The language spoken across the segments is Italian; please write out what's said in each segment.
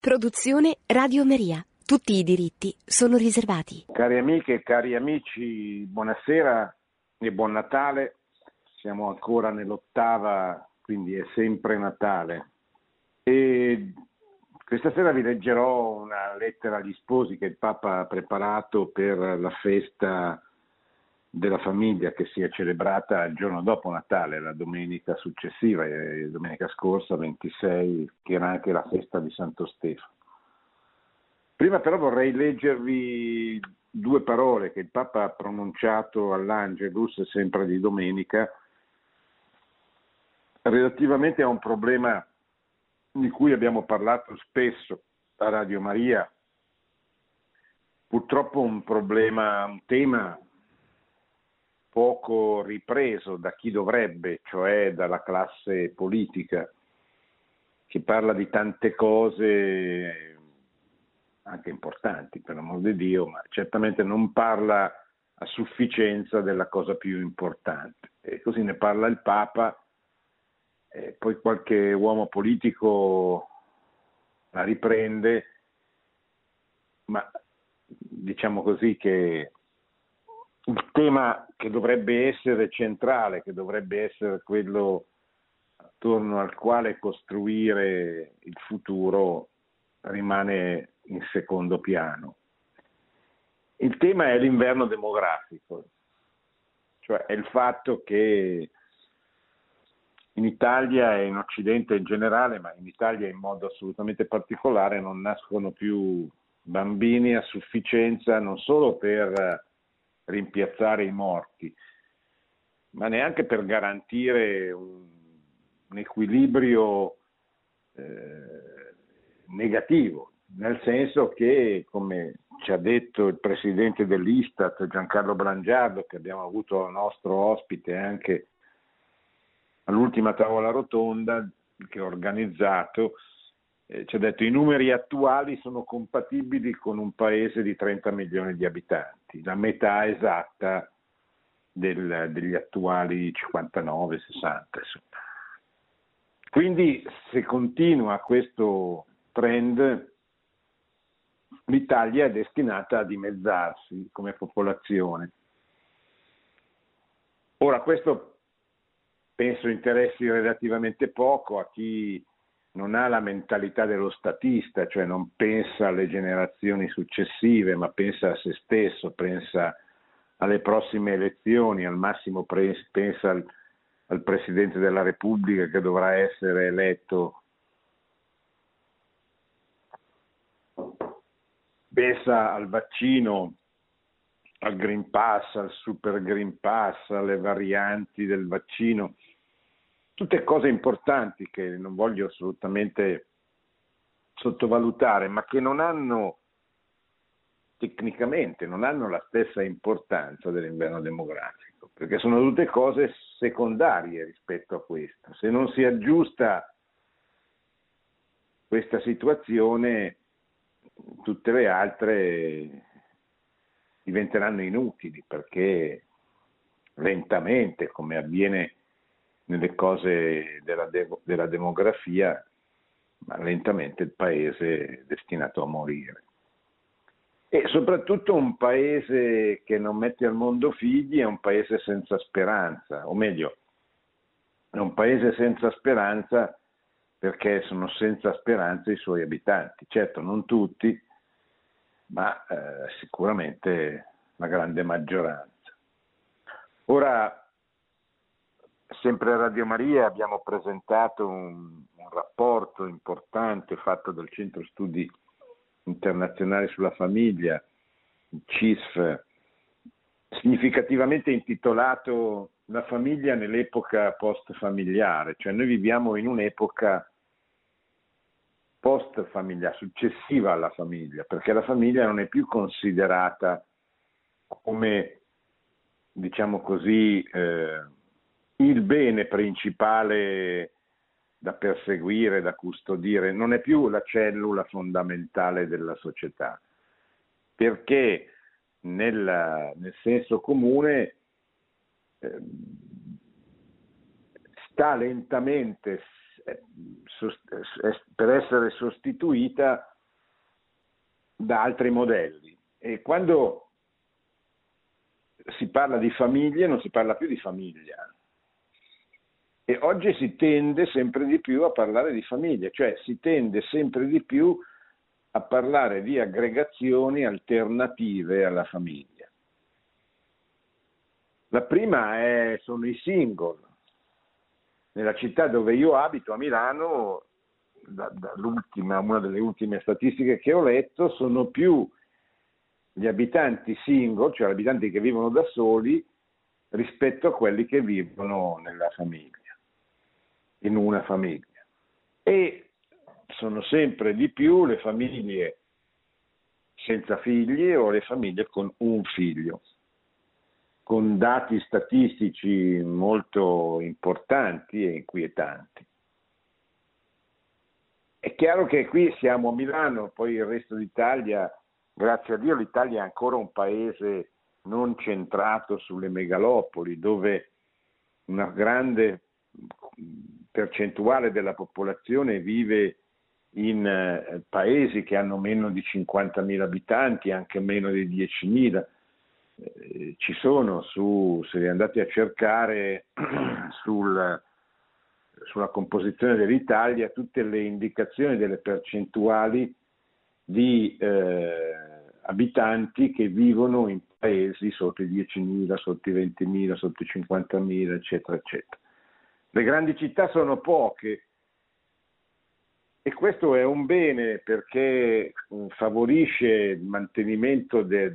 Produzione Radio Maria. Tutti i diritti sono riservati. Cari amiche e cari amici, buonasera e buon Natale. Siamo ancora nell'ottava, quindi è sempre Natale. E questa sera vi leggerò una lettera agli sposi che il Papa ha preparato per la festa della famiglia che si è celebrata il giorno dopo Natale, la domenica successiva, domenica scorsa, 26, che era anche la festa di Santo Stefano. Prima però vorrei leggervi due parole che il Papa ha pronunciato all'Angelus, sempre di domenica, relativamente a un problema di cui abbiamo parlato spesso a Radio Maria, purtroppo un tema poco ripreso da chi dovrebbe, cioè dalla classe politica, che parla di tante cose anche importanti, per l'amor di Dio, ma certamente non parla a sufficienza della cosa più importante. E così ne parla il Papa, e poi qualche uomo politico la riprende, ma diciamo così che il tema che dovrebbe essere centrale, che dovrebbe essere quello attorno al quale costruire il futuro, rimane in secondo piano. Il tema è l'inverno demografico, cioè è il fatto che in Italia e in Occidente in generale, ma in Italia in modo assolutamente particolare, non nascono più bambini a sufficienza non solo per rimpiazzare i morti, ma neanche per garantire un equilibrio negativo, nel senso che, come ci ha detto il presidente dell'Istat, Giancarlo Brangiardo, che abbiamo avuto nostro ospite anche all'ultima tavola rotonda che ho organizzato, ci ha detto: i numeri attuali sono compatibili con un paese di 30 milioni di abitanti, la metà esatta degli attuali 59-60. Quindi se continua questo trend, l'Italia è destinata a dimezzarsi come popolazione. Ora, questo penso interessi relativamente poco a chi non ha la mentalità dello statista, cioè non pensa alle generazioni successive, ma pensa a se stesso, pensa alle prossime elezioni, al massimo pensa al Presidente della Repubblica che dovrà essere eletto, pensa al vaccino, al Green Pass, al Super Green Pass, alle varianti del vaccino, tutte cose importanti che non voglio assolutamente sottovalutare, ma che non hanno tecnicamente non hanno la stessa importanza dell'inverno demografico, perché sono tutte cose secondarie rispetto a questo. Se non si aggiusta questa situazione, tutte le altre diventeranno inutili, perché lentamente, come avviene nelle cose della demografia, ma lentamente il paese è destinato a morire. E soprattutto un paese che non mette al mondo figli è un paese senza speranza, o meglio, è un paese senza speranza perché sono senza speranza i suoi abitanti. Certo, non tutti, ma sicuramente la grande maggioranza. Ora, sempre a Radio Maria abbiamo presentato un rapporto importante fatto dal Centro Studi Internazionale sulla Famiglia, CISF, significativamente intitolato La famiglia nell'epoca post-familiare, cioè noi viviamo in un'epoca post-familiare, successiva alla famiglia, perché la famiglia non è più considerata come, diciamo così, il bene principale da perseguire, da custodire, non è più la cellula fondamentale della società, perché nel senso comune sta lentamente per essere sostituita da altri modelli. E quando si parla di famiglie non si parla più di famiglia. E oggi si tende sempre di più a parlare di famiglie, cioè si tende sempre di più a parlare di aggregazioni alternative alla famiglia. La prima sono i single. Nella città dove io abito, a Milano, una delle ultime statistiche che ho letto, sono più gli abitanti single, cioè gli abitanti che vivono da soli, rispetto a quelli che vivono nella famiglia, in una famiglia. E sono sempre di più le famiglie senza figli o le famiglie con un figlio, con dati statistici molto importanti e inquietanti. È chiaro che qui siamo a Milano, poi il resto d'Italia, grazie a Dio, l'Italia è ancora un paese non centrato sulle megalopoli, dove una grande percentuale della popolazione vive in paesi che hanno meno di 50.000 abitanti, anche meno di 10.000. Ci sono, se andate a cercare sulla composizione dell'Italia, tutte le indicazioni delle percentuali di abitanti che vivono in paesi sotto i 10.000, sotto i 20.000, sotto i 50.000, eccetera, eccetera. Le grandi città sono poche e questo è un bene perché favorisce il mantenimento di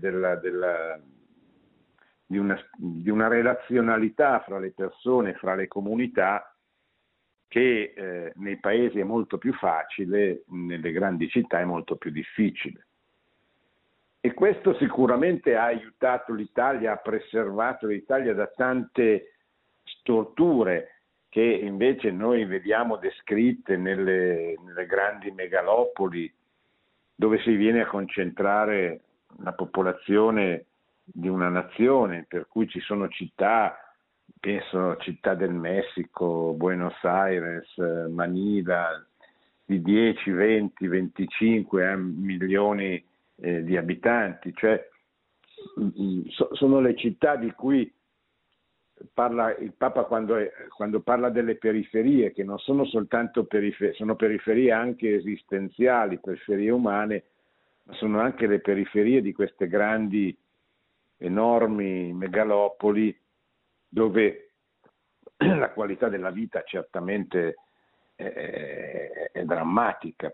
una relazionalità fra le persone, fra le comunità, che nei paesi è molto più facile, nelle grandi città è molto più difficile. E questo sicuramente ha aiutato l'Italia, ha preservato l'Italia da tante storture che invece noi vediamo descritte nelle grandi megalopoli, dove si viene a concentrare la popolazione di una nazione, per cui ci sono città, penso Città del Messico, Buenos Aires, Manila, di 10, 20, 25 milioni di abitanti, cioè sono le città di cui parla il Papa quando parla delle periferie, che non sono soltanto periferie, sono periferie anche esistenziali, periferie umane, ma sono anche le periferie di queste grandi, enormi megalopoli, dove la qualità della vita certamente è drammatica.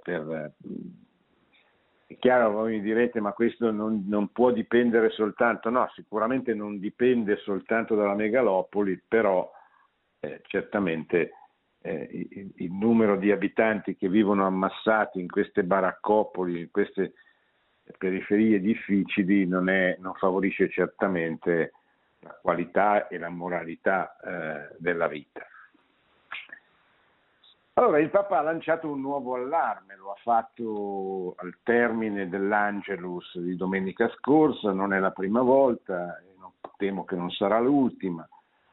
È chiaro, voi mi direte, ma questo non può dipendere soltanto, no, sicuramente non dipende soltanto dalla megalopoli, però certamente il numero di abitanti che vivono ammassati in queste baraccopoli, in queste periferie difficili, non favorisce certamente la qualità e la moralità della vita. Allora, il Papa ha lanciato un nuovo allarme, lo ha fatto al termine dell'Angelus di domenica scorsa, non è la prima volta e temo che non sarà l'ultima.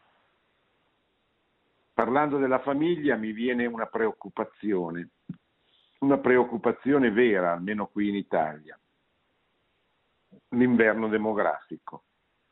Parlando della famiglia mi viene una preoccupazione vera, almeno qui in Italia, l'inverno demografico.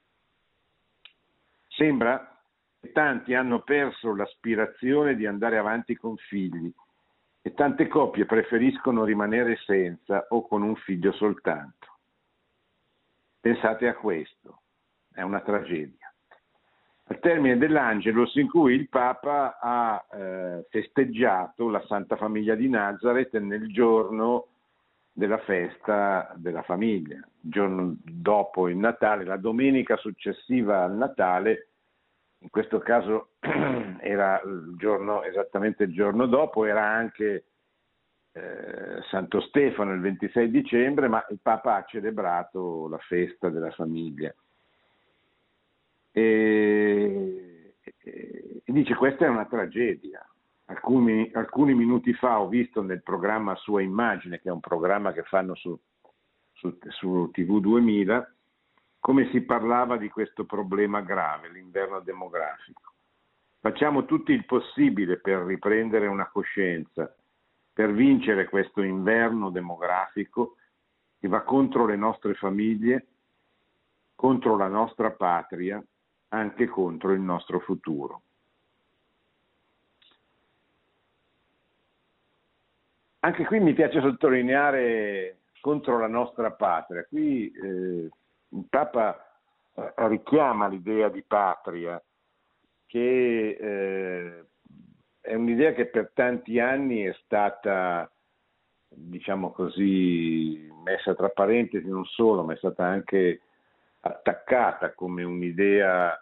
Sembra che tanti hanno perso l'aspirazione di andare avanti con figli e tante coppie preferiscono rimanere senza o con un figlio soltanto. Pensate a questo, è una tragedia. Al termine dell'Angelus, in cui il Papa ha festeggiato la Santa Famiglia di Nazareth nel giorno della festa della famiglia, il giorno dopo il Natale, la domenica successiva al Natale. In questo caso era esattamente il giorno dopo, era anche Santo Stefano il 26 dicembre, ma il Papa ha celebrato la festa della famiglia. E dice: questa è una tragedia. Alcuni minuti fa ho visto nel programma Sua Immagine, che è un programma che fanno su TV 2000, come si parlava di questo problema grave, l'inverno demografico. Facciamo tutto il possibile per riprendere una coscienza, per vincere questo inverno demografico che va contro le nostre famiglie, contro la nostra patria, anche contro il nostro futuro. Anche qui mi piace sottolineare contro la nostra patria. Qui il Papa richiama l'idea di patria, che è un'idea che per tanti anni è stata, diciamo così, messa tra parentesi, non solo, ma è stata anche attaccata come un'idea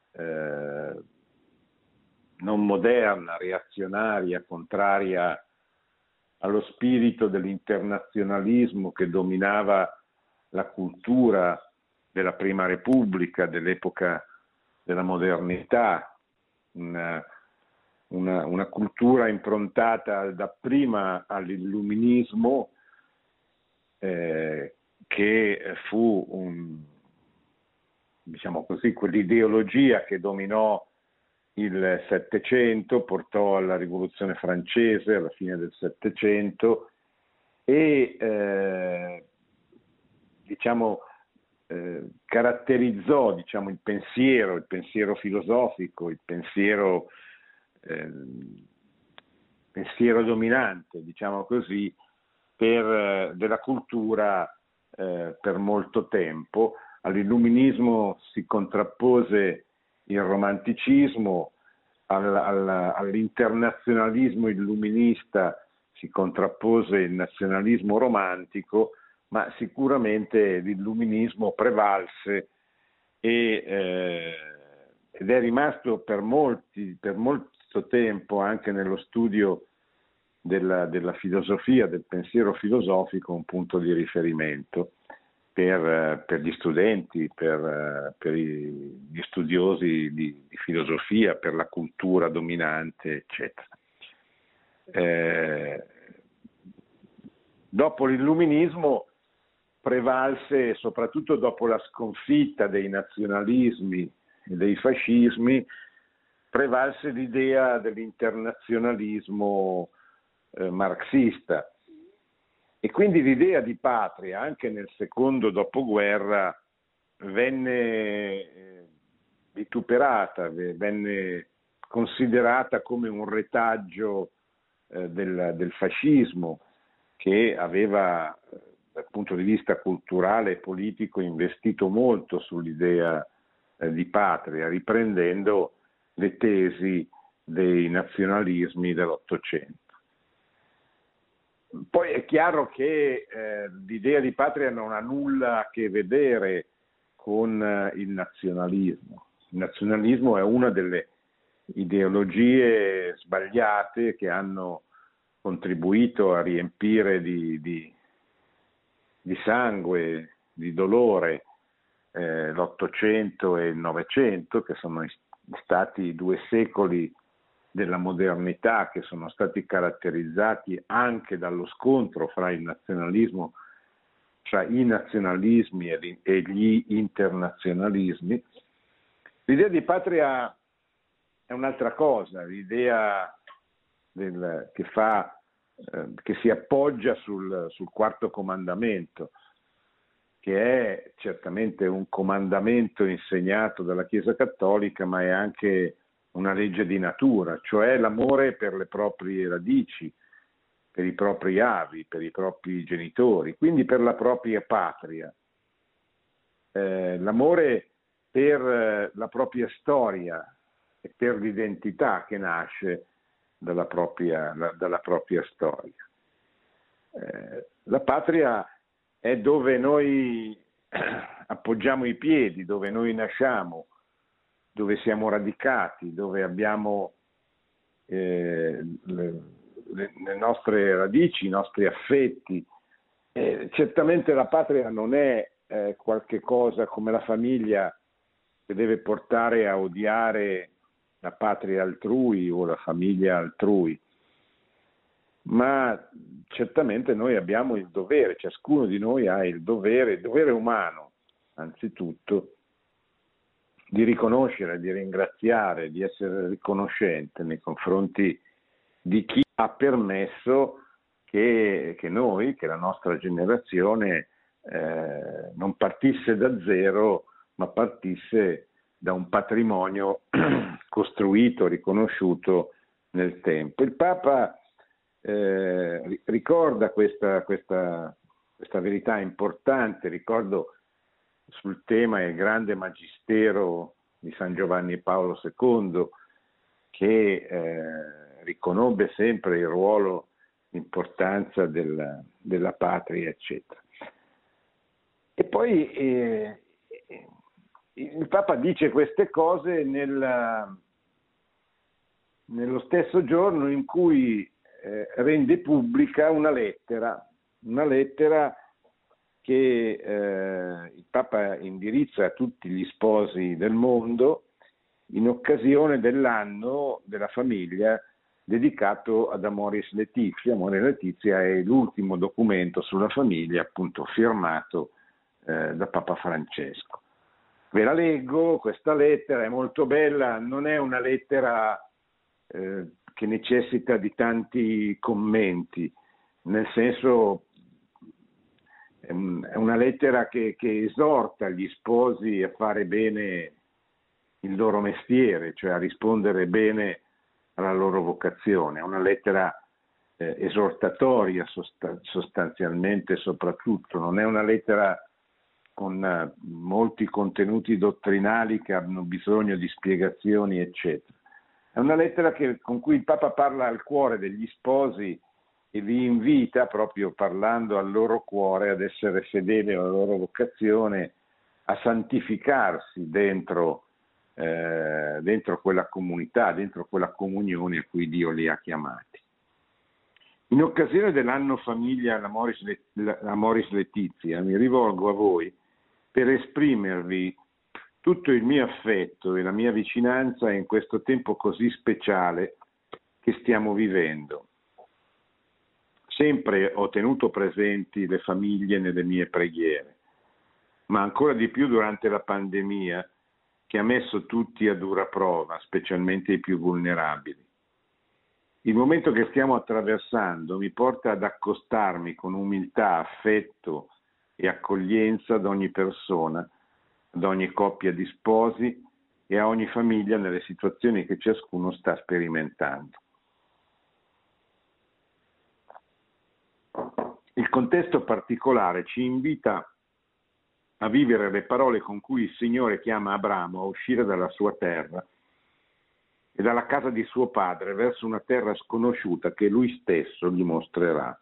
non moderna, reazionaria, contraria allo spirito dell'internazionalismo che dominava la cultura della Prima Repubblica, dell'epoca della modernità, una cultura improntata dapprima all'illuminismo, che fu diciamo così, quell'ideologia che dominò il Settecento, portò alla Rivoluzione francese alla fine del Settecento e diciamo, caratterizzò, diciamo, il pensiero filosofico, il pensiero dominante, diciamo così, della cultura per molto tempo. All'illuminismo si contrappose il romanticismo, all'internazionalismo illuminista si contrappose il nazionalismo romantico, ma sicuramente l'illuminismo prevalse ed è rimasto per molto tempo anche nello studio della filosofia, del pensiero filosofico, un punto di riferimento per gli studenti, per gli studiosi di filosofia, per la cultura dominante, eccetera. Dopo l'illuminismo prevalse, soprattutto dopo la sconfitta dei nazionalismi e dei fascismi, prevalse l'idea dell'internazionalismo marxista. E quindi l'idea di patria, anche nel secondo dopoguerra, venne vituperata, venne considerata come un retaggio del fascismo, che aveva, dal punto di vista culturale e politico, investito molto sull'idea di patria, riprendendo le tesi dei nazionalismi dell'Ottocento. Poi è chiaro che l'idea di patria non ha nulla a che vedere con il nazionalismo. Il nazionalismo è una delle ideologie sbagliate che hanno contribuito a riempire di sangue, di dolore l'Ottocento e il Novecento, che sono stati 2 secoli della modernità, che sono stati caratterizzati anche dallo scontro fra i nazionalismi e gli internazionalismi. L'idea di patria è un'altra cosa, l'idea che si appoggia sul quarto comandamento, che è certamente un comandamento insegnato dalla Chiesa Cattolica, ma è anche una legge di natura, cioè l'amore per le proprie radici, per i propri avi, per i propri genitori, quindi per la propria patria, l'amore per la propria storia e per l'identità che nasce dalla propria storia. La patria è dove noi appoggiamo i piedi, dove noi nasciamo, dove siamo radicati, dove abbiamo le nostre radici, i nostri affetti. Certamente la patria non è qualche cosa come la famiglia che deve portare a odiare la patria altrui o la famiglia altrui, ma certamente noi abbiamo il dovere, ciascuno di noi ha il dovere umano, anzitutto, di riconoscere, di ringraziare, di essere riconoscente nei confronti di chi ha permesso che noi, che la nostra generazione non partisse da zero, ma partisse da un patrimonio costruito, riconosciuto nel tempo. Il Papa ricorda questa verità importante. Ricordo sul tema il grande magistero di San Giovanni Paolo II, che riconobbe sempre il ruolo, l'importanza della patria, eccetera. E poi il Papa dice queste cose nello stesso giorno in cui rende pubblica una lettera che il Papa indirizza a tutti gli sposi del mondo in occasione dell'anno della famiglia dedicato ad Amoris Laetitia. Amoris Laetitia è l'ultimo documento sulla famiglia, appunto, firmato da Papa Francesco. Ve la leggo, questa lettera è molto bella, non è una lettera che necessita di tanti commenti, nel senso è una lettera che esorta gli sposi a fare bene il loro mestiere, cioè a rispondere bene alla loro vocazione. È una lettera esortatoria sostanzialmente, soprattutto, non è una lettera con molti contenuti dottrinali che hanno bisogno di spiegazioni, eccetera. È una lettera con cui il Papa parla al cuore degli sposi e li invita, proprio parlando al loro cuore, ad essere fedeli alla loro vocazione, a santificarsi dentro quella comunità, dentro quella comunione a cui Dio li ha chiamati. In occasione dell'anno famiglia Amoris Laetitia mi rivolgo a voi per esprimervi tutto il mio affetto e la mia vicinanza in questo tempo così speciale che stiamo vivendo. Sempre ho tenuto presenti le famiglie nelle mie preghiere, ma ancora di più durante la pandemia, che ha messo tutti a dura prova, specialmente i più vulnerabili. Il momento che stiamo attraversando mi porta ad accostarmi con umiltà, affetto e accoglienza ad ogni persona, ad ogni coppia di sposi e a ogni famiglia nelle situazioni che ciascuno sta sperimentando. Il contesto particolare ci invita a vivere le parole con cui il Signore chiama Abramo a uscire dalla sua terra e dalla casa di suo padre verso una terra sconosciuta che lui stesso gli mostrerà.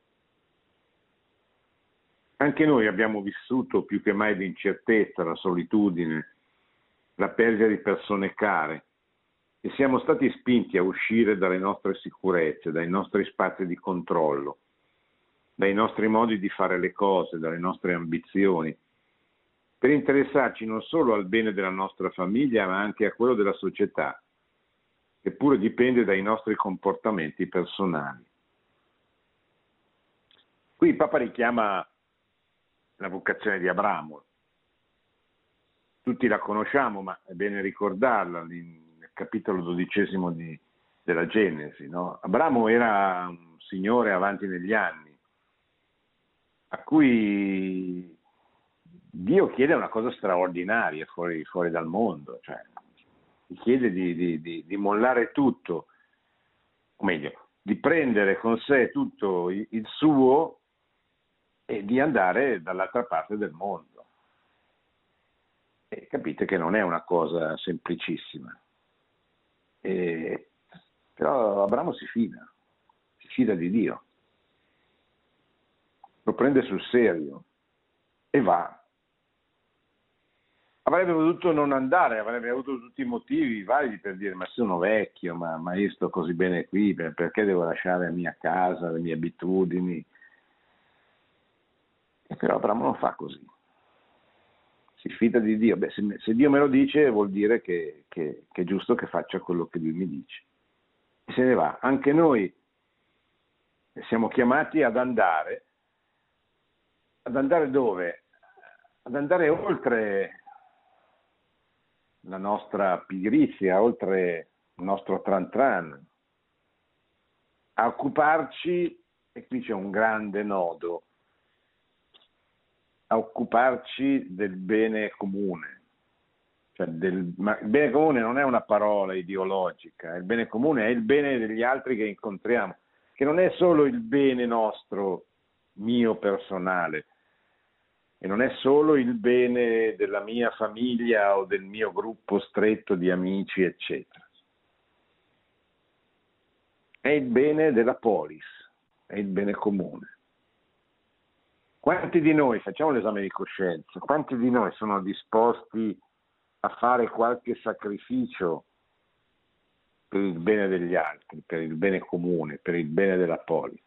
Anche noi abbiamo vissuto più che mai l'incertezza, la solitudine, la perdita di persone care e siamo stati spinti a uscire dalle nostre sicurezze, dai nostri spazi di controllo, dai nostri modi di fare le cose, dalle nostre ambizioni, per interessarci non solo al bene della nostra famiglia, ma anche a quello della società, che pure dipende dai nostri comportamenti personali. Qui il Papa richiama la vocazione di Abramo. Tutti la conosciamo, ma è bene ricordarla nel capitolo 12 della Genesi, no? Abramo era un signore avanti negli anni, a cui Dio chiede una cosa straordinaria fuori dal mondo, cioè gli chiede di mollare tutto, o meglio, di prendere con sé tutto il suo e di andare dall'altra parte del mondo. E capite che non è una cosa semplicissima. Però Abramo si fida di Dio, lo prende sul serio e va. Avrebbe potuto non andare, avrebbe avuto tutti i motivi validi per dire: ma sono vecchio, ma io sto così bene qui, perché devo lasciare la mia casa, le mie abitudini? E però Abramo non fa così, si fida di Dio. Beh, se Dio me lo dice vuol dire che è giusto che faccia quello che Lui mi dice. E se ne va. Anche noi siamo chiamati ad andare dove? Ad andare oltre la nostra pigrizia, oltre il nostro tran tran, a occuparci, e qui c'è un grande nodo, a occuparci del bene comune. Cioè ma il bene comune non è una parola ideologica, il bene comune è il bene degli altri che incontriamo, che non è solo il bene nostro, mio personale, e non è solo il bene della mia famiglia o del mio gruppo stretto di amici, eccetera. È il bene della polis, è il bene comune. Quanti di noi, facciamo l'esame di coscienza, quanti di noi sono disposti a fare qualche sacrificio per il bene degli altri, per il bene comune, per il bene della polis?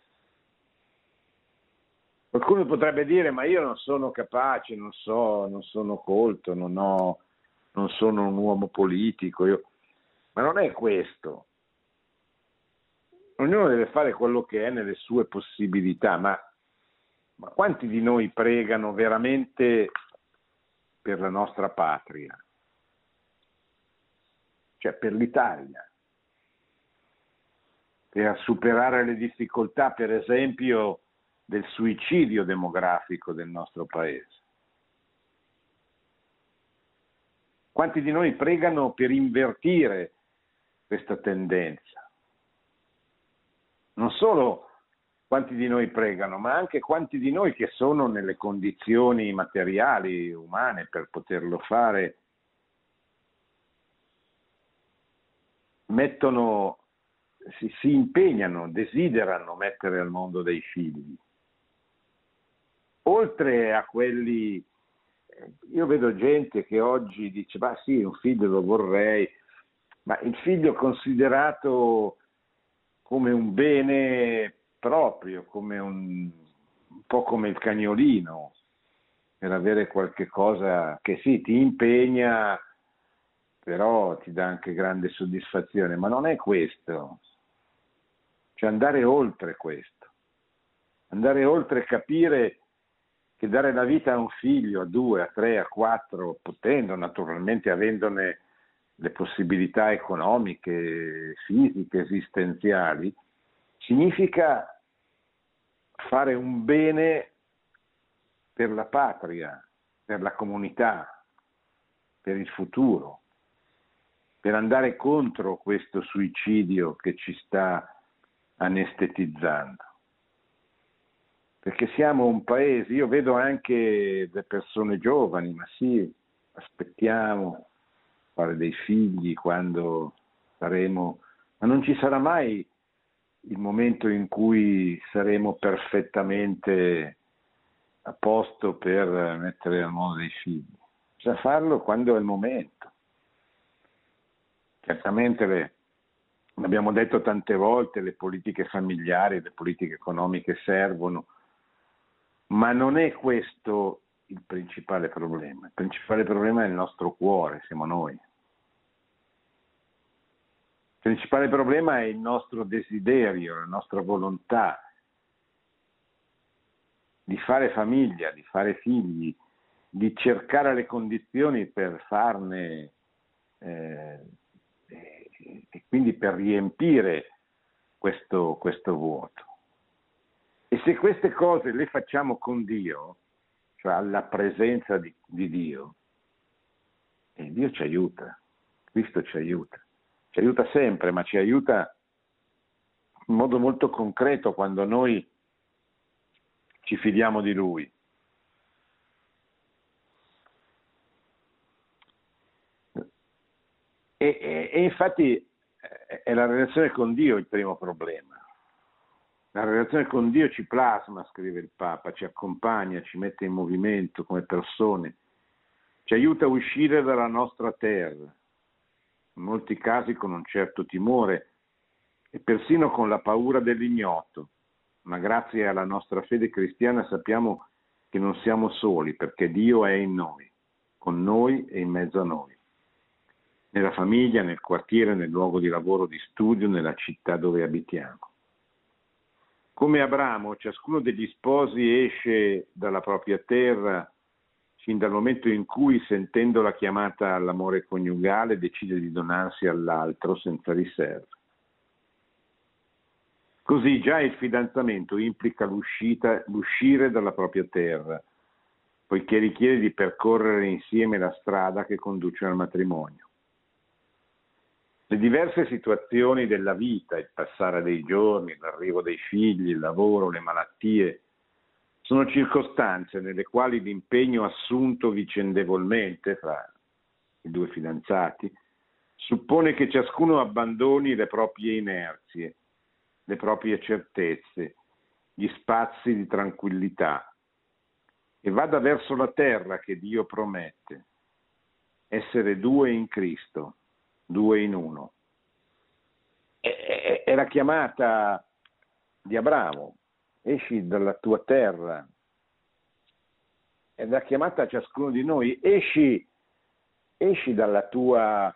Qualcuno potrebbe dire: ma io non sono capace, non sono colto, non sono un uomo politico. Ma non è questo. Ognuno deve fare quello che è nelle sue possibilità, ma quanti di noi pregano veramente per la nostra patria? Cioè per l'Italia, per superare le difficoltà, per esempio, del suicidio demografico del nostro paese. Quanti di noi pregano per invertire questa tendenza? Non solo quanti di noi pregano, ma anche quanti di noi che sono nelle condizioni materiali, umane, per poterlo fare, si impegnano, desiderano mettere al mondo dei figli. Oltre a quelli, io vedo gente che oggi dice: ma sì, un figlio lo vorrei, ma il figlio considerato come un bene proprio, come un po' come il cagnolino, per avere qualche cosa che sì, ti impegna, però ti dà anche grande soddisfazione. Ma non è questo. Cioè andare oltre questo, andare oltre capire che dare la vita a un figlio, a 2, a 3, a 4, potendo naturalmente, avendone le possibilità economiche, fisiche, esistenziali, significa fare un bene per la patria, per la comunità, per il futuro, per andare contro questo suicidio che ci sta anestetizzando. Perché siamo un paese, io vedo anche le persone giovani, ma sì, aspettiamo fare dei figli quando saremo, ma non ci sarà mai il momento in cui saremo perfettamente a posto per mettere al mondo dei figli. Bisogna farlo quando è il momento. Certamente l'abbiamo detto tante volte, le politiche familiari, le politiche economiche servono, ma non è questo il principale problema. Il principale problema è il nostro cuore, siamo noi. Il principale problema è il nostro desiderio, la nostra volontà di fare famiglia, di fare figli, di cercare le condizioni per farne e quindi per riempire questo vuoto. E se queste cose le facciamo con Dio, cioè alla presenza di Dio, Dio ci aiuta, Cristo ci aiuta sempre, ma ci aiuta in modo molto concreto quando noi ci fidiamo di Lui. E infatti è la relazione con Dio il primo problema. La relazione con Dio ci plasma, scrive il Papa, ci accompagna, ci mette in movimento come persone, ci aiuta a uscire dalla nostra terra, in molti casi con un certo timore e persino con la paura dell'ignoto, ma grazie alla nostra fede cristiana sappiamo che non siamo soli, perché Dio è in noi, con noi e in mezzo a noi, nella famiglia, nel quartiere, nel luogo di lavoro, di studio, nella città dove abitiamo. Come Abramo, ciascuno degli sposi esce dalla propria terra fin dal momento in cui, sentendo la chiamata all'amore coniugale, decide di donarsi all'altro senza riserve. Così già il fidanzamento implica l'uscire dalla propria terra, poiché richiede di percorrere insieme la strada che conduce al matrimonio. Le diverse situazioni della vita, il passare dei giorni, l'arrivo dei figli, il lavoro, le malattie, sono circostanze nelle quali l'impegno assunto vicendevolmente fra i due fidanzati suppone che ciascuno abbandoni le proprie inerzie, le proprie certezze, gli spazi di tranquillità e vada verso la terra che Dio promette, essere due in Cristo, due in uno. È la chiamata di Abramo, esci dalla tua terra, è la chiamata a ciascuno di noi, esci dalle tue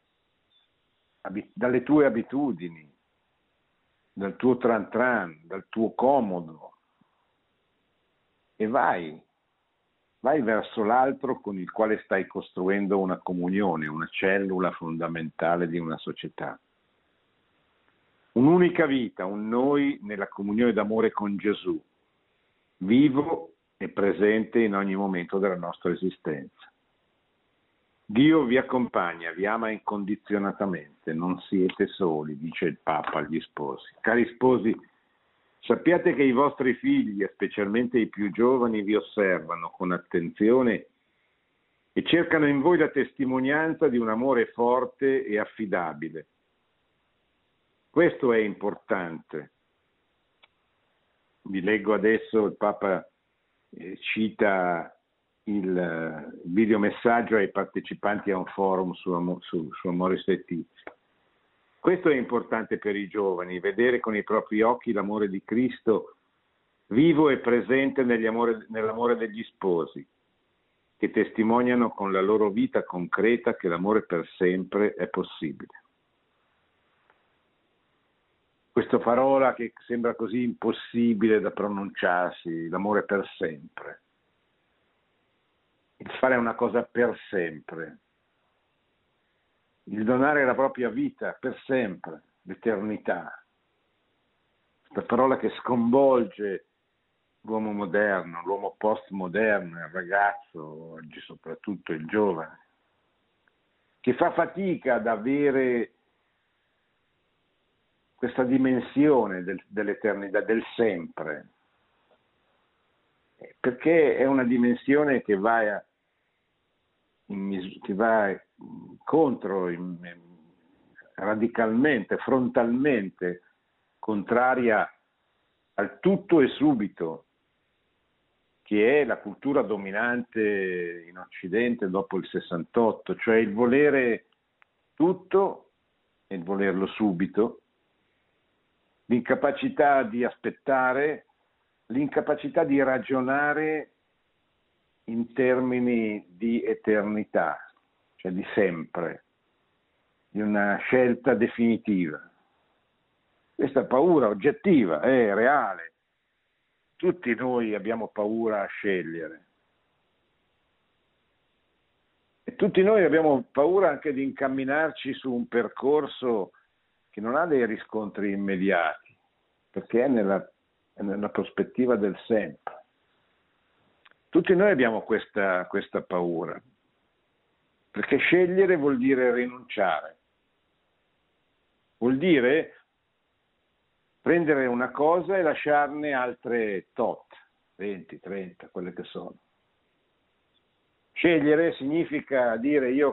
abitudini, dal tuo tran tran, dal tuo comodo e vai verso l'altro con il quale stai costruendo una comunione, una cellula fondamentale di una società. Un'unica vita, un noi nella comunione d'amore con Gesù, vivo e presente in ogni momento della nostra esistenza. Dio vi accompagna, vi ama incondizionatamente, non siete soli, dice il Papa agli sposi. Cari sposi, sappiate che i vostri figli, e specialmente i più giovani, vi osservano con attenzione e cercano in voi la testimonianza di un amore forte e affidabile. Questo è importante. Vi leggo adesso, il Papa cita il videomessaggio ai partecipanti a un forum su Amoris Laetitia. Questo è importante per i giovani, vedere con i propri occhi l'amore di Cristo vivo e presente nell'amore degli sposi, che testimoniano con la loro vita concreta che l'amore per sempre è possibile. Questa parola che sembra così impossibile da pronunciarsi, l'amore per sempre. Il fare una cosa per sempre. Il donare la propria vita per sempre, l'eternità. Questa parola che sconvolge l'uomo moderno, l'uomo postmoderno, il ragazzo, oggi soprattutto il giovane, che fa fatica ad avere questa dimensione dell'eternità, del sempre, perché è una dimensione che va contro, radicalmente, frontalmente, contraria al tutto e subito, che è la cultura dominante in Occidente dopo il 68, cioè il volere tutto e il volerlo subito, l'incapacità di aspettare, l'incapacità di ragionare in termini di eternità, cioè di sempre, di una scelta definitiva. Questa paura oggettiva, è reale. Tutti noi abbiamo paura a scegliere. E tutti noi abbiamo paura anche di incamminarci su un percorso che non ha dei riscontri immediati, perché è nella prospettiva del sempre. Tutti noi abbiamo questa paura, perché scegliere vuol dire rinunciare, vuol dire prendere una cosa e lasciarne altre tot, 20, 30, quelle che sono. Scegliere significa dire io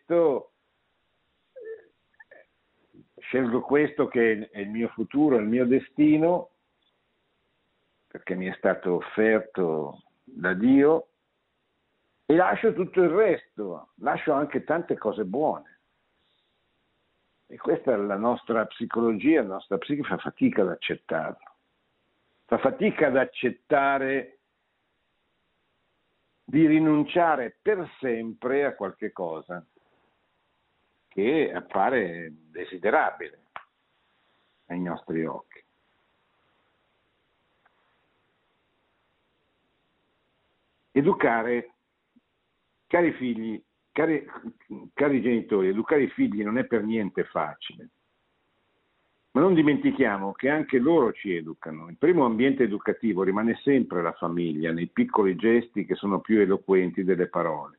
scelgo questo che è il mio futuro, il mio destino, perché mi è stato offerto da Dio, e lascio tutto il resto, lascio anche tante cose buone. E questa è la nostra psicologia, la nostra psiche fa fatica ad accettarlo. Fa fatica ad accettare di rinunciare per sempre a qualche cosa che appare desiderabile ai nostri occhi. Educare, cari figli, cari genitori, educare i figli non è per niente facile. Ma non dimentichiamo che anche loro ci educano. Il primo ambiente educativo rimane sempre la famiglia, nei piccoli gesti che sono più eloquenti delle parole.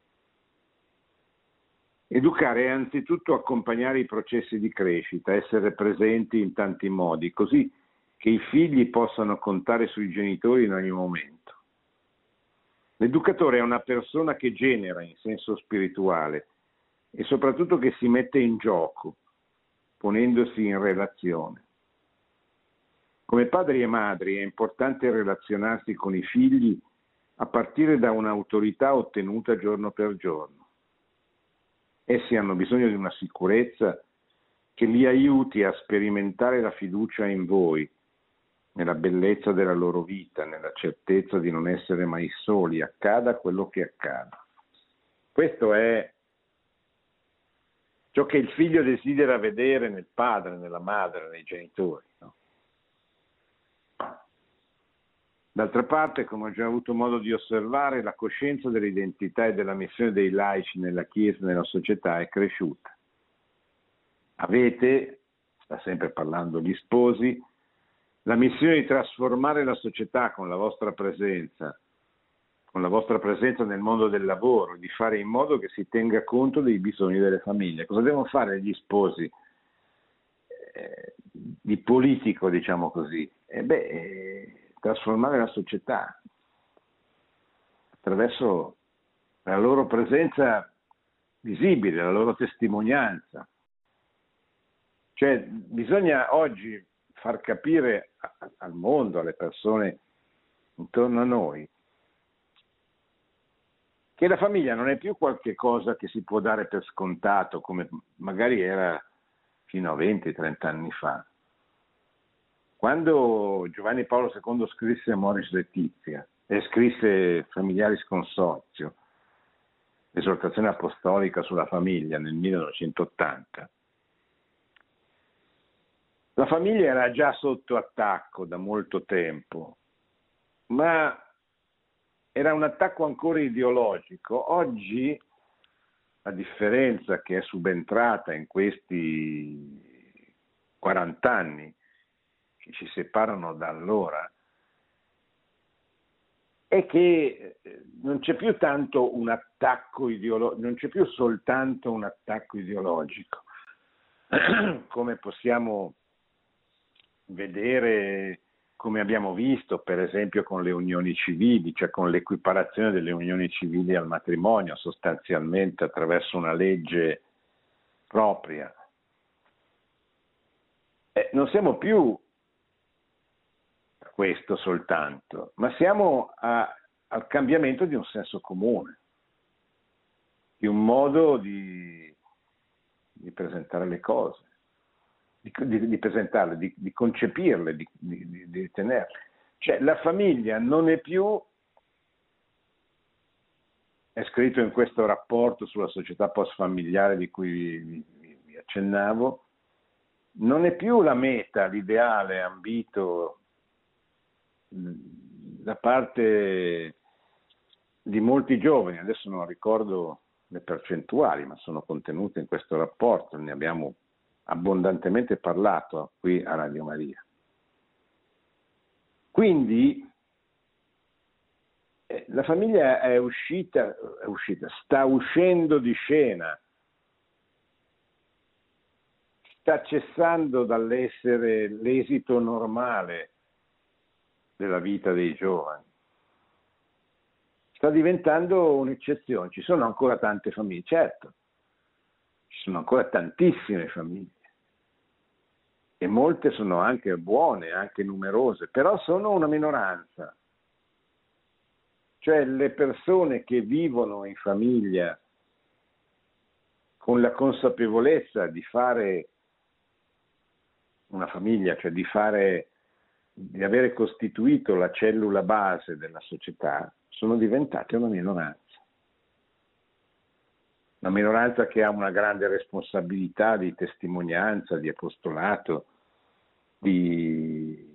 Educare è anzitutto accompagnare i processi di crescita, essere presenti in tanti modi, così che i figli possano contare sui genitori in ogni momento. L'educatore è una persona che genera in senso spirituale e soprattutto che si mette in gioco, ponendosi in relazione. Come padri e madri è importante relazionarsi con i figli a partire da un'autorità ottenuta giorno per giorno. Essi hanno bisogno di una sicurezza che li aiuti a sperimentare la fiducia in voi, nella bellezza della loro vita, nella certezza di non essere mai soli, accada quello che accada. Questo è ciò che il figlio desidera vedere nel padre, nella madre, nei genitori. No? D'altra parte, come ho già avuto modo di osservare, la coscienza dell'identità e della missione dei laici nella Chiesa e nella società è cresciuta. Avete, sta sempre parlando gli sposi, la missione di trasformare la società con la vostra presenza nel mondo del lavoro, di fare in modo che si tenga conto dei bisogni delle famiglie. Cosa devono fare gli sposi di politico, diciamo così? Trasformare la società attraverso la loro presenza visibile, la loro testimonianza. Cioè bisogna oggi far capire al mondo, alle persone intorno a noi, che la famiglia non è più qualche cosa che si può dare per scontato, come magari era fino a 20-30 anni fa. Quando Giovanni Paolo II scrisse Amoris Laetitia e scrisse Familiaris Consortio, l'esortazione apostolica sulla famiglia nel 1980, la famiglia era già sotto attacco da molto tempo, ma era un attacco ancora ideologico. Oggi, la differenza che è subentrata in questi 40 anni che ci separano da allora è che non c'è più tanto un attacco ideologico, non c'è più soltanto un attacco ideologico, come possiamo vedere, come abbiamo visto per esempio con le unioni civili, cioè con l'equiparazione delle unioni civili al matrimonio, sostanzialmente attraverso una legge propria. Non siamo più a questo soltanto, ma siamo al cambiamento di un senso comune, di un modo di presentare le cose. Di presentarle, di concepirle, di tenerle. Cioè la famiglia non è più, è scritto in questo rapporto sulla società post-familiare di cui vi accennavo, non è più la meta, l'ideale ambito da parte di molti giovani, adesso non ricordo le percentuali, ma sono contenute in questo rapporto, ne abbiamo abbondantemente parlato qui a Radio Maria. Quindi la famiglia è uscita, sta uscendo di scena, sta cessando dall'essere l'esito normale della vita dei giovani. Sta diventando un'eccezione. Ci sono ancora tante famiglie, certo, ci sono ancora tantissime famiglie e molte sono anche buone, anche numerose, però sono una minoranza. Cioè le persone che vivono in famiglia con la consapevolezza di fare una famiglia, cioè di avere costituito la cellula base della società, sono diventate una minoranza. Una minoranza che ha una grande responsabilità di testimonianza, di apostolato, di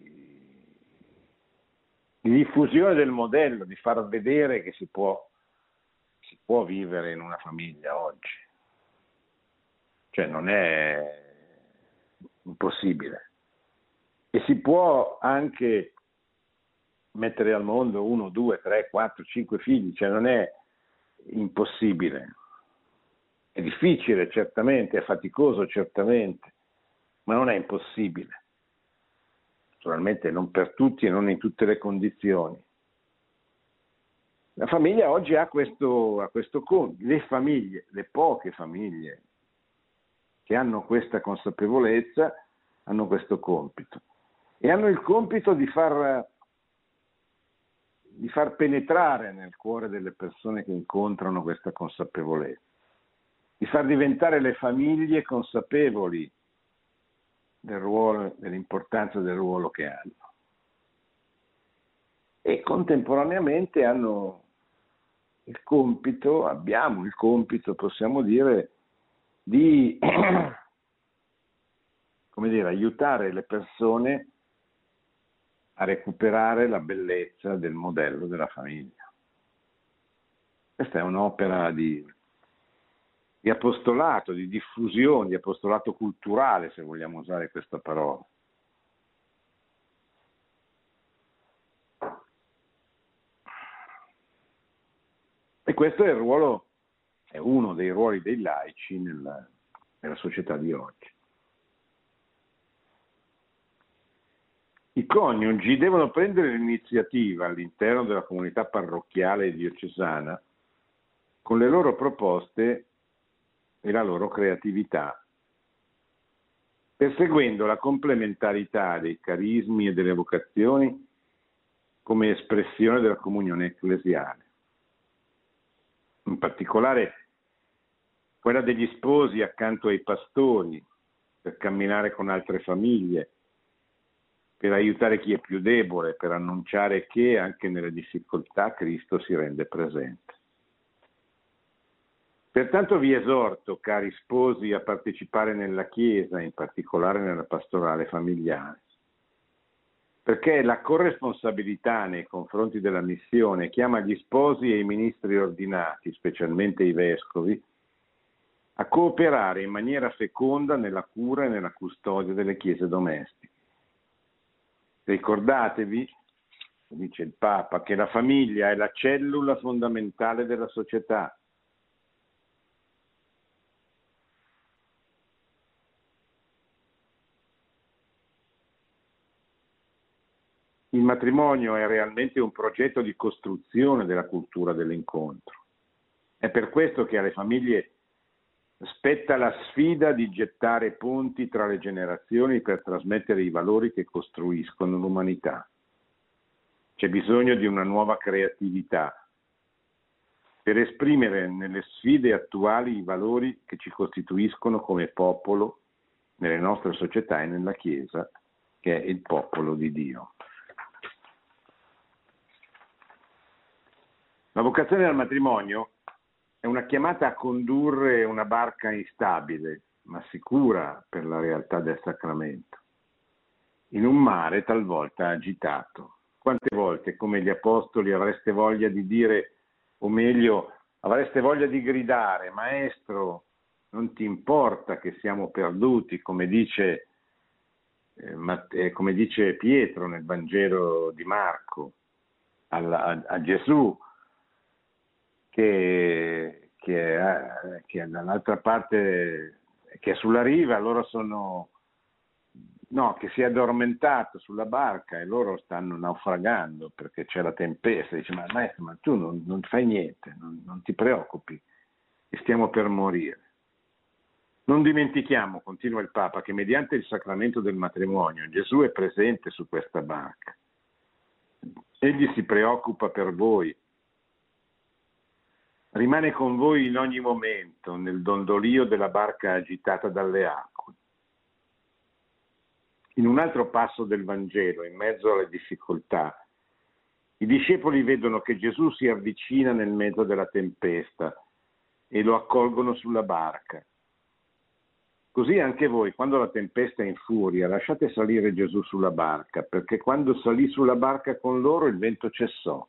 diffusione del modello, di far vedere che si può vivere in una famiglia oggi. Cioè non è impossibile. E si può anche mettere al mondo 1, 2, 3, 4, 5 figli, cioè non è impossibile. È difficile certamente, è faticoso certamente, ma non è impossibile. Naturalmente non per tutti e non in tutte le condizioni. La famiglia oggi ha questo compito, le famiglie, le poche famiglie che hanno questa consapevolezza hanno questo compito e hanno il compito di far penetrare nel cuore delle persone che incontrano questa consapevolezza, di far diventare le famiglie consapevoli del ruolo, dell'importanza del ruolo che hanno. E contemporaneamente abbiamo il compito, possiamo dire, di aiutare le persone a recuperare la bellezza del modello della famiglia. Questa è un'opera di apostolato, di diffusione, di apostolato culturale, se vogliamo usare questa parola. E questo è uno dei ruoli dei laici nella società di oggi. I coniugi devono prendere l'iniziativa all'interno della comunità parrocchiale e diocesana con le loro proposte e la loro creatività, perseguendo la complementarità dei carismi e delle vocazioni come espressione della comunione ecclesiale. In particolare quella degli sposi accanto ai pastori, per camminare con altre famiglie, per aiutare chi è più debole, per annunciare che anche nelle difficoltà Cristo si rende presente. Pertanto vi esorto, cari sposi, a partecipare nella Chiesa, in particolare nella pastorale familiare, perché la corresponsabilità nei confronti della missione chiama gli sposi e i ministri ordinati, specialmente i vescovi, a cooperare in maniera feconda nella cura e nella custodia delle chiese domestiche. Ricordatevi, dice il Papa, che la famiglia è la cellula fondamentale della società. Il matrimonio è realmente un progetto di costruzione della cultura dell'incontro. È per questo che alle famiglie spetta la sfida di gettare ponti tra le generazioni per trasmettere i valori che costruiscono l'umanità. C'è bisogno di una nuova creatività per esprimere nelle sfide attuali i valori che ci costituiscono come popolo nelle nostre società e nella Chiesa, che è il popolo di Dio. La vocazione al matrimonio è una chiamata a condurre una barca instabile, ma sicura per la realtà del sacramento, in un mare talvolta agitato. Quante volte, come gli apostoli, avreste voglia di dire, o meglio, avreste voglia di gridare: Maestro, non ti importa che siamo perduti, come dice Pietro nel Vangelo di Marco a Gesù, che è dall'altra parte, che è sulla riva, che si è addormentato sulla barca e loro stanno naufragando perché c'è la tempesta. Dice: ma maestro, ma tu non fai niente, non ti preoccupi, stiamo per morire. Non dimentichiamo, continua il Papa, che mediante il sacramento del matrimonio Gesù è presente su questa barca. Egli si preoccupa per voi, rimane con voi in ogni momento, nel dondolio della barca agitata dalle acque. In un altro passo del Vangelo, in mezzo alle difficoltà, i discepoli vedono che Gesù si avvicina nel mezzo della tempesta e lo accolgono sulla barca. Così anche voi, quando la tempesta è in furia, lasciate salire Gesù sulla barca, perché quando salì sulla barca con loro il vento cessò.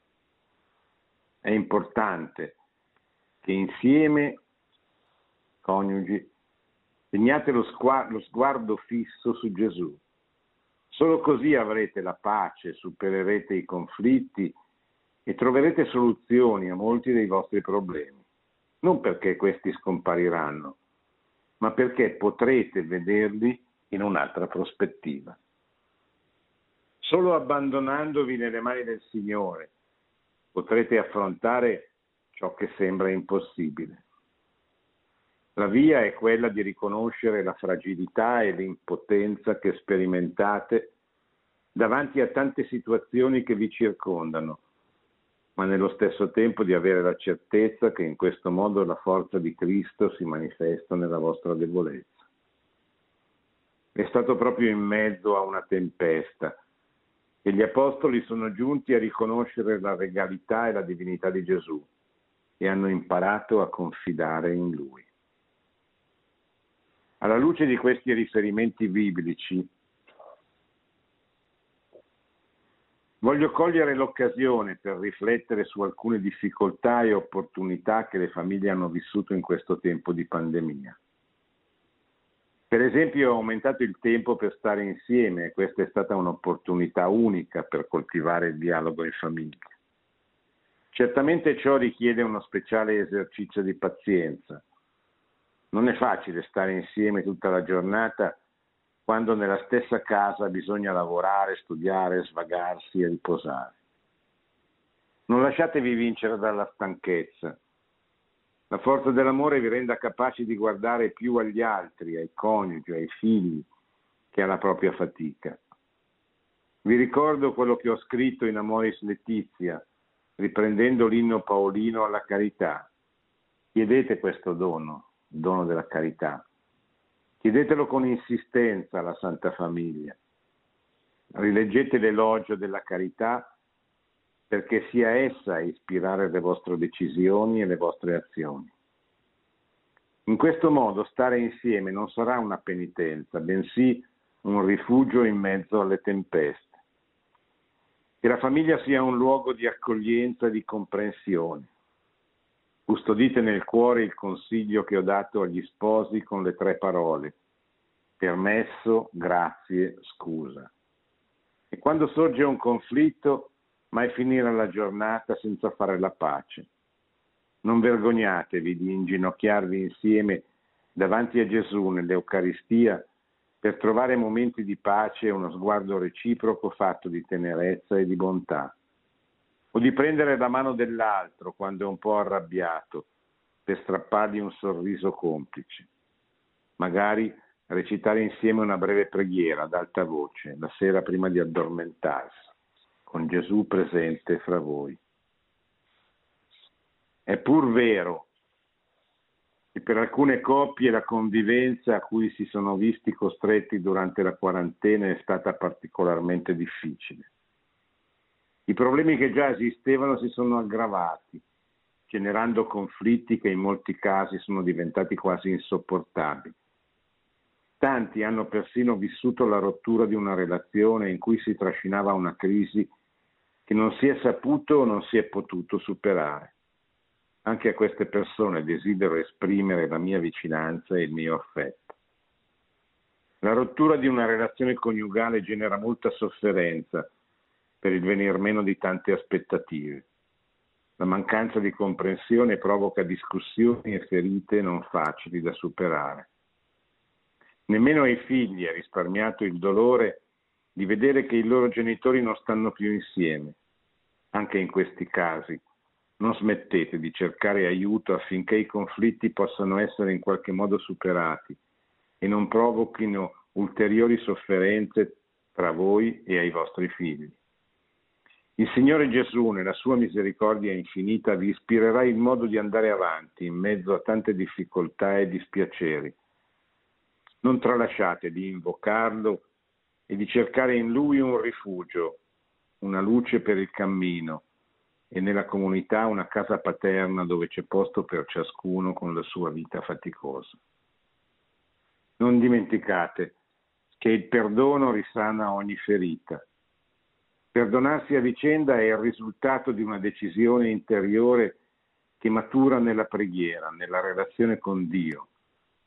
È importante che insieme, coniugi, Segnate lo sguardo fisso su Gesù. Solo così avrete la pace, supererete i conflitti e troverete soluzioni a molti dei vostri problemi. Non perché questi scompariranno, ma perché potrete vederli in un'altra prospettiva. Solo abbandonandovi nelle mani del Signore potrete affrontare ciò che sembra impossibile. La via è quella di riconoscere la fragilità e l'impotenza che sperimentate davanti a tante situazioni che vi circondano, ma nello stesso tempo di avere la certezza che in questo modo la forza di Cristo si manifesta nella vostra debolezza. È stato proprio in mezzo a una tempesta che gli apostoli sono giunti a riconoscere la regalità e la divinità di Gesù e hanno imparato a confidare in Lui. Alla luce di questi riferimenti biblici, voglio cogliere l'occasione per riflettere su alcune difficoltà e opportunità che le famiglie hanno vissuto in questo tempo di pandemia. Per esempio, è aumentato il tempo per stare insieme e questa è stata un'opportunità unica per coltivare il dialogo in famiglia. Certamente ciò richiede uno speciale esercizio di pazienza. Non è facile stare insieme tutta la giornata quando nella stessa casa bisogna lavorare, studiare, svagarsi e riposare. Non lasciatevi vincere dalla stanchezza. La forza dell'amore vi renda capaci di guardare più agli altri, ai coniugi, ai figli, che alla propria fatica. Vi ricordo quello che ho scritto in Amoris Laetitia, riprendendo l'inno paolino alla carità. Chiedete questo dono, il dono della carità. Chiedetelo con insistenza alla Santa Famiglia. Rileggete l'elogio della carità perché sia essa a ispirare le vostre decisioni e le vostre azioni. In questo modo stare insieme non sarà una penitenza, bensì un rifugio in mezzo alle tempeste. Che la famiglia sia un luogo di accoglienza e di comprensione. Custodite nel cuore il consiglio che ho dato agli sposi con le 3 parole: permesso, grazie, scusa. E quando sorge un conflitto, mai finire la giornata senza fare la pace. Non vergognatevi di inginocchiarvi insieme davanti a Gesù nell'Eucaristia per trovare momenti di pace e uno sguardo reciproco fatto di tenerezza e di bontà. O di prendere la mano dell'altro quando è un po' arrabbiato per strappargli un sorriso complice. Magari recitare insieme una breve preghiera ad alta voce la sera prima di addormentarsi, con Gesù presente fra voi. È pur vero che per alcune coppie la convivenza a cui si sono visti costretti durante la quarantena è stata particolarmente difficile. I problemi che già esistevano si sono aggravati, generando conflitti che in molti casi sono diventati quasi insopportabili. Tanti hanno persino vissuto la rottura di una relazione in cui si trascinava una crisi che non si è saputo o non si è potuto superare. Anche a queste persone desidero esprimere la mia vicinanza e il mio affetto. La rottura di una relazione coniugale genera molta sofferenza per il venir meno di tante aspettative. La mancanza di comprensione provoca discussioni e ferite non facili da superare. Nemmeno ai figli è risparmiato il dolore di vedere che i loro genitori non stanno più insieme. Anche in questi casi non smettete di cercare aiuto affinché i conflitti possano essere in qualche modo superati e non provochino ulteriori sofferenze tra voi e ai vostri figli. Il Signore Gesù, nella sua misericordia infinita, vi ispirerà il modo di andare avanti in mezzo a tante difficoltà e dispiaceri. Non tralasciate di invocarlo e di cercare in Lui un rifugio, una luce per il cammino e nella comunità una casa paterna dove c'è posto per ciascuno con la sua vita faticosa. Non dimenticate che il perdono risana ogni ferita. Perdonarsi a vicenda è il risultato di una decisione interiore che matura nella preghiera, nella relazione con Dio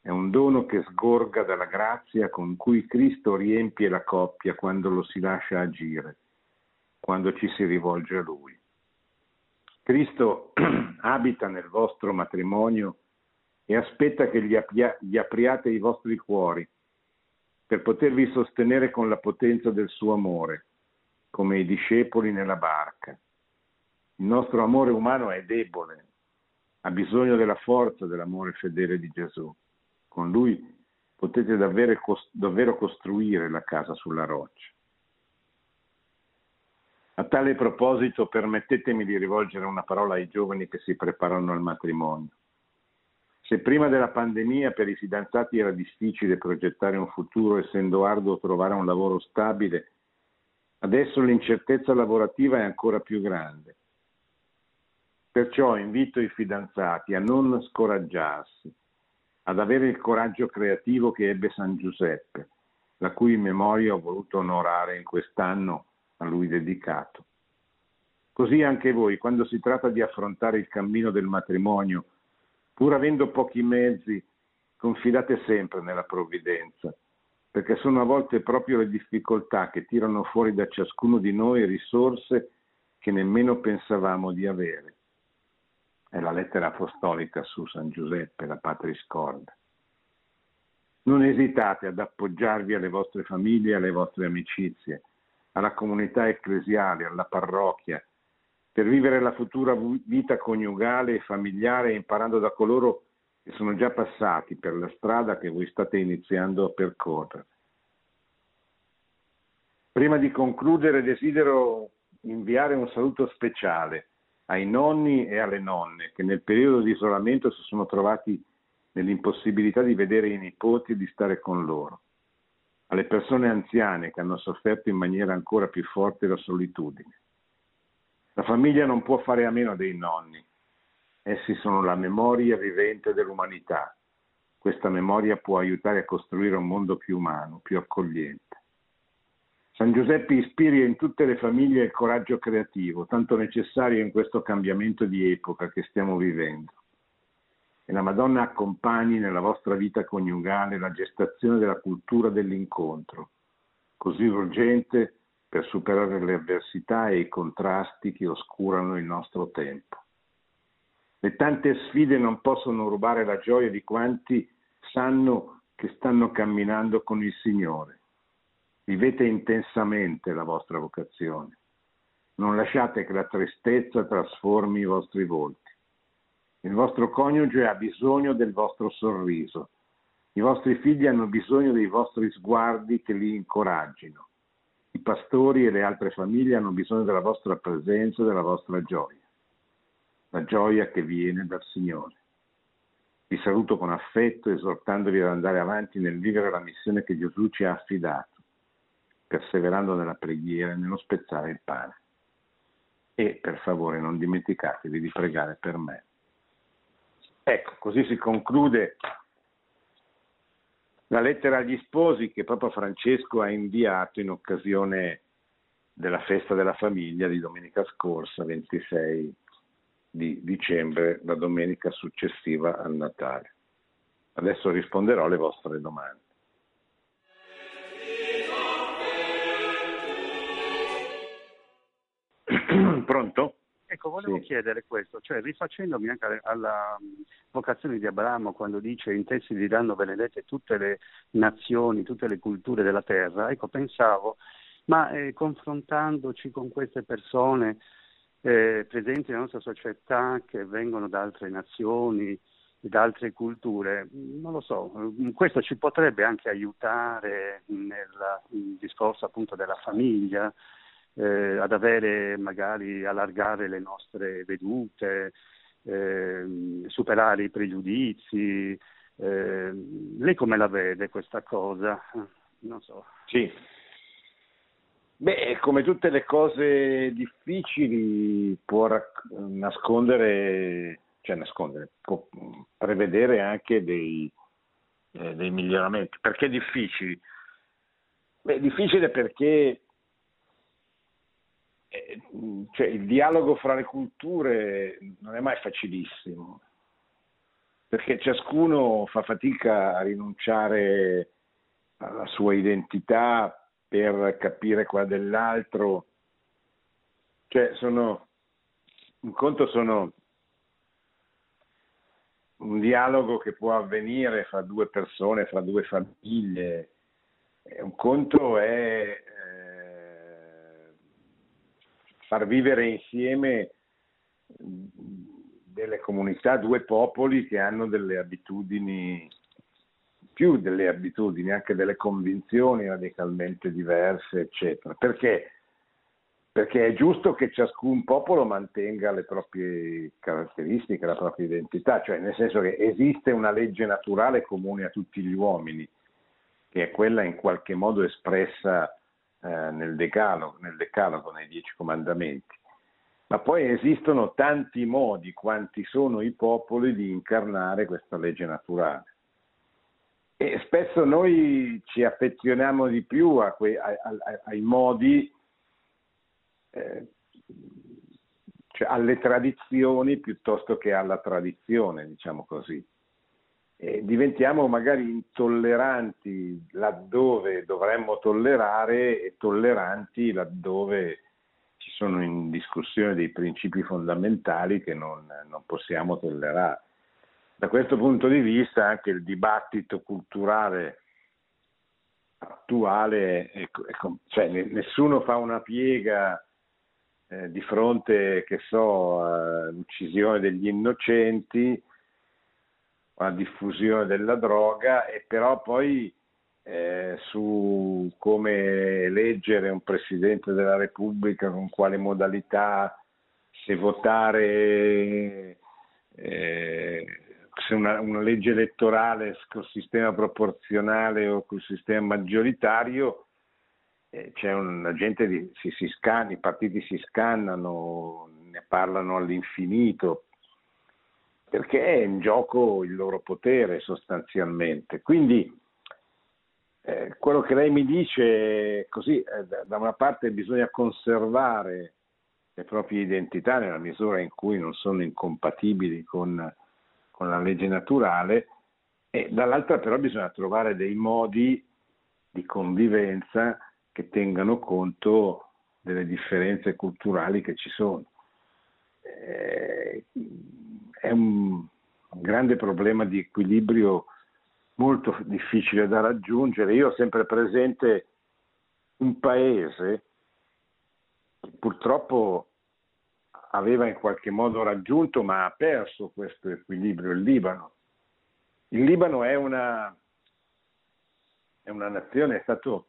è un dono che sgorga dalla grazia con cui Cristo riempie la coppia quando lo si lascia agire, quando ci si rivolge a Lui. Cristo abita nel vostro matrimonio e aspetta che gli apriate i vostri cuori per potervi sostenere con la potenza del suo amore, come i discepoli nella barca. Il nostro amore umano è debole, ha bisogno della forza dell'amore fedele di Gesù. Con Lui potete davvero costruire la casa sulla roccia. A tale proposito permettetemi di rivolgere una parola ai giovani che si preparano al matrimonio. Se prima della pandemia per i fidanzati era difficile progettare un futuro, essendo arduo trovare un lavoro stabile, adesso l'incertezza lavorativa è ancora più grande. Perciò invito i fidanzati a non scoraggiarsi, ad avere il coraggio creativo che ebbe San Giuseppe, la cui memoria ho voluto onorare in quest'anno a lui dedicato. Così anche voi, quando si tratta di affrontare il cammino del matrimonio, pur avendo pochi mezzi, confidate sempre nella provvidenza, perché sono a volte proprio le difficoltà che tirano fuori da ciascuno di noi risorse che nemmeno pensavamo di avere. È la lettera apostolica su San Giuseppe, la Patris Corde. Non esitate ad appoggiarvi alle vostre famiglie, alle vostre amicizie, alla comunità ecclesiale, alla parrocchia, per vivere la futura vita coniugale e familiare, imparando da coloro che sono già passati per la strada che voi state iniziando a percorrere. Prima di concludere desidero inviare un saluto speciale ai nonni e alle nonne che nel periodo di isolamento si sono trovati nell'impossibilità di vedere i nipoti e di stare con loro, alle persone anziane che hanno sofferto in maniera ancora più forte la solitudine. La famiglia non può fare a meno dei nonni. Essi sono la memoria vivente dell'umanità. Questa memoria può aiutare a costruire un mondo più umano, più accogliente. San Giuseppe ispiri in tutte le famiglie il coraggio creativo, tanto necessario in questo cambiamento di epoca che stiamo vivendo. E la Madonna accompagni nella vostra vita coniugale la gestazione della cultura dell'incontro, così urgente per superare le avversità e i contrasti che oscurano il nostro tempo. Le tante sfide non possono rubare la gioia di quanti sanno che stanno camminando con il Signore. Vivete intensamente la vostra vocazione. Non lasciate che la tristezza trasformi i vostri volti. Il vostro coniuge ha bisogno del vostro sorriso. I vostri figli hanno bisogno dei vostri sguardi che li incoraggino. I pastori e le altre famiglie hanno bisogno della vostra presenza e della vostra gioia. La gioia che viene dal Signore. Vi saluto con affetto, esortandovi ad andare avanti nel vivere la missione che Gesù ci ha affidato, perseverando nella preghiera e nello spezzare il pane. E per favore non dimenticatevi di pregare per me. Ecco, così si conclude la lettera agli sposi che Papa Francesco ha inviato in occasione della festa della famiglia di domenica scorsa, 26 di dicembre, la domenica successiva al Natale. Adesso risponderò alle vostre domande. Pronto? Ecco, volevo chiedere questo, cioè rifacendomi anche alla vocazione di Abramo quando dice in te si diranno benedette tutte le nazioni, tutte le culture della terra, ecco pensavo, ma confrontandoci con queste persone presenti nella nostra società che vengono da altre nazioni, da altre culture, non lo so, questo ci potrebbe anche aiutare nel discorso appunto della famiglia, ad avere magari allargare le nostre vedute, superare i pregiudizi. Lei come la vede questa cosa? Non so. Sì. Beh, come tutte le cose difficili può può prevedere anche dei miglioramenti. Perché difficili? Beh, difficile perché il dialogo fra le culture non è mai facilissimo, perché ciascuno fa fatica a rinunciare alla sua identità per capire quella dell'altro. Cioè un conto sono un dialogo che può avvenire fra due persone, fra due famiglie. Un conto è far vivere insieme delle comunità, due popoli che hanno delle abitudini, più delle abitudini, anche delle convinzioni radicalmente diverse, eccetera. Perché? Perché è giusto che ciascun popolo mantenga le proprie caratteristiche, la propria identità, cioè nel senso che esiste una legge naturale comune a tutti gli uomini, che è quella in qualche modo espressa nel Decalogo, nei 10 comandamenti. Ma poi esistono tanti modi, quanti sono i popoli, di incarnare questa legge naturale. E spesso noi ci affezioniamo di più ai modi, cioè alle tradizioni piuttosto che alla tradizione, diciamo così. E diventiamo magari intolleranti laddove dovremmo tollerare e tolleranti laddove ci sono in discussione dei principi fondamentali che non possiamo tollerare. Da questo punto di vista anche il dibattito culturale attuale, cioè nessuno fa una piega di fronte, che so, all'uccisione degli innocenti, alla diffusione della droga, e però poi su come eleggere un Presidente della Repubblica, con quale modalità, se votare, se una legge elettorale col sistema proporzionale o col sistema maggioritario, c'è una gente si scanna, i partiti si scannano, ne parlano all'infinito, perché è in gioco il loro potere sostanzialmente. Quindi quello che lei mi dice così, da una parte bisogna conservare le proprie identità nella misura in cui non sono incompatibili con la legge naturale, e dall'altra però bisogna trovare dei modi di convivenza che tengano conto delle differenze culturali che ci sono. È un grande problema di equilibrio molto difficile da raggiungere. Io ho sempre presente un paese che purtroppo aveva in qualche modo raggiunto, ma ha perso questo equilibrio: il Libano. Il Libano è una nazione, è stato,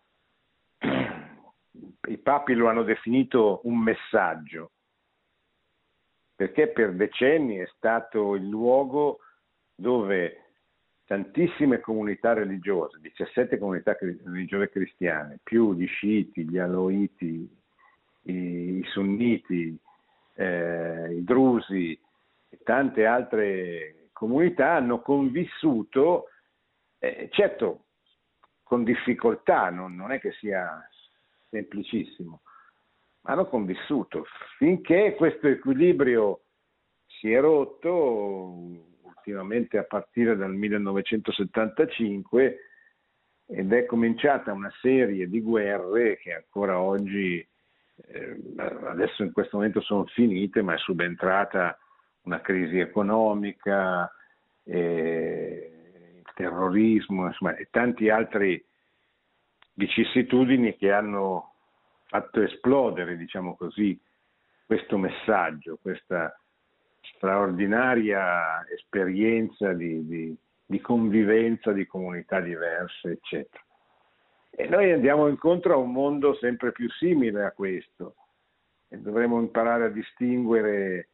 i papi lo hanno definito un messaggio, perché per decenni è stato il luogo dove tantissime comunità religiose, 17 comunità religiose cristiane, più gli sciiti, gli aloiti, i sunniti, i drusi e tante altre comunità hanno convissuto, certo con difficoltà, non è che sia semplicissimo, ma hanno convissuto finché questo equilibrio si è rotto ultimamente a partire dal 1975, ed è cominciata una serie di guerre che ancora oggi, adesso in questo momento sono finite, ma è subentrata una crisi economica, il terrorismo, insomma, e tanti altri vicissitudini che hanno fatto esplodere, diciamo così, questo messaggio, questa straordinaria esperienza di convivenza di comunità diverse, eccetera. E noi andiamo incontro a un mondo sempre più simile a questo, e dovremo imparare a distinguere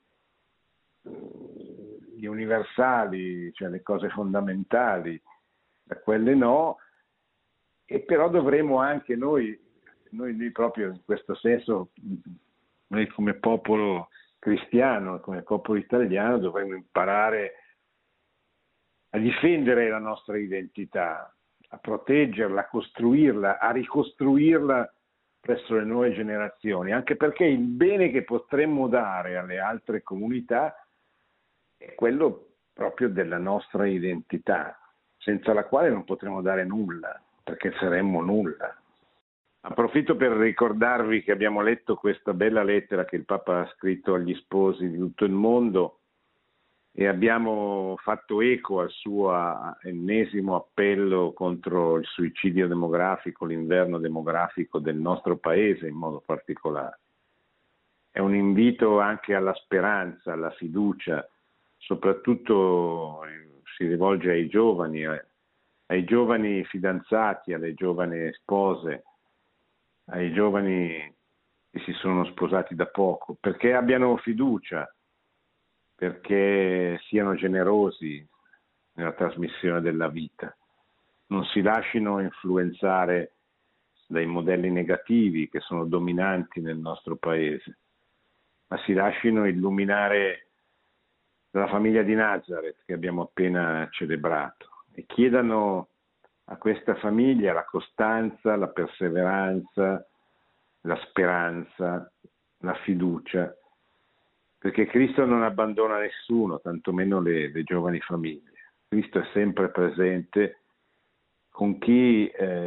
gli universali, cioè le cose fondamentali, da quelle no, e però dovremo anche noi proprio in questo senso, noi come popolo cristiano, come popolo italiano, dovremmo imparare a difendere la nostra identità, a proteggerla, a costruirla, a ricostruirla presso le nuove generazioni, anche perché il bene che potremmo dare alle altre comunità è quello proprio della nostra identità, senza la quale non potremo dare nulla, perché saremmo nulla. Approfitto per ricordarvi che abbiamo letto questa bella lettera che il Papa ha scritto agli sposi di tutto il mondo e abbiamo fatto eco al suo ennesimo appello contro il suicidio demografico, l'inverno demografico del nostro paese in modo particolare. È un invito anche alla speranza, alla fiducia, soprattutto si rivolge ai giovani fidanzati, alle giovani spose, ai giovani che si sono sposati da poco, perché abbiano fiducia, perché siano generosi nella trasmissione della vita, non si lascino influenzare dai modelli negativi che sono dominanti nel nostro paese, ma si lasciano illuminare dalla famiglia di Nazareth che abbiamo appena celebrato e chiedano a questa famiglia la costanza, la perseveranza, la speranza, la fiducia, perché Cristo non abbandona nessuno, tantomeno le giovani famiglie. Cristo è sempre presente con chi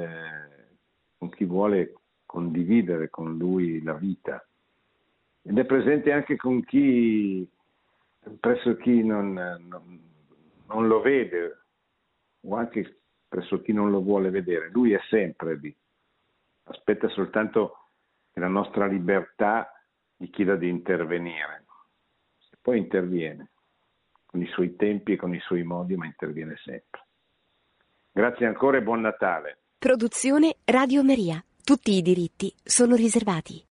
vuole condividere con Lui la vita, ed è presente anche con presso chi non lo vede, o anche presso chi non lo vuole vedere. Lui è sempre lì, aspetta soltanto che la nostra libertà gli chieda di intervenire. E poi interviene, con i suoi tempi e con i suoi modi, ma interviene sempre. Grazie ancora e buon Natale. Produzione Radio Maria. Tutti i diritti sono riservati.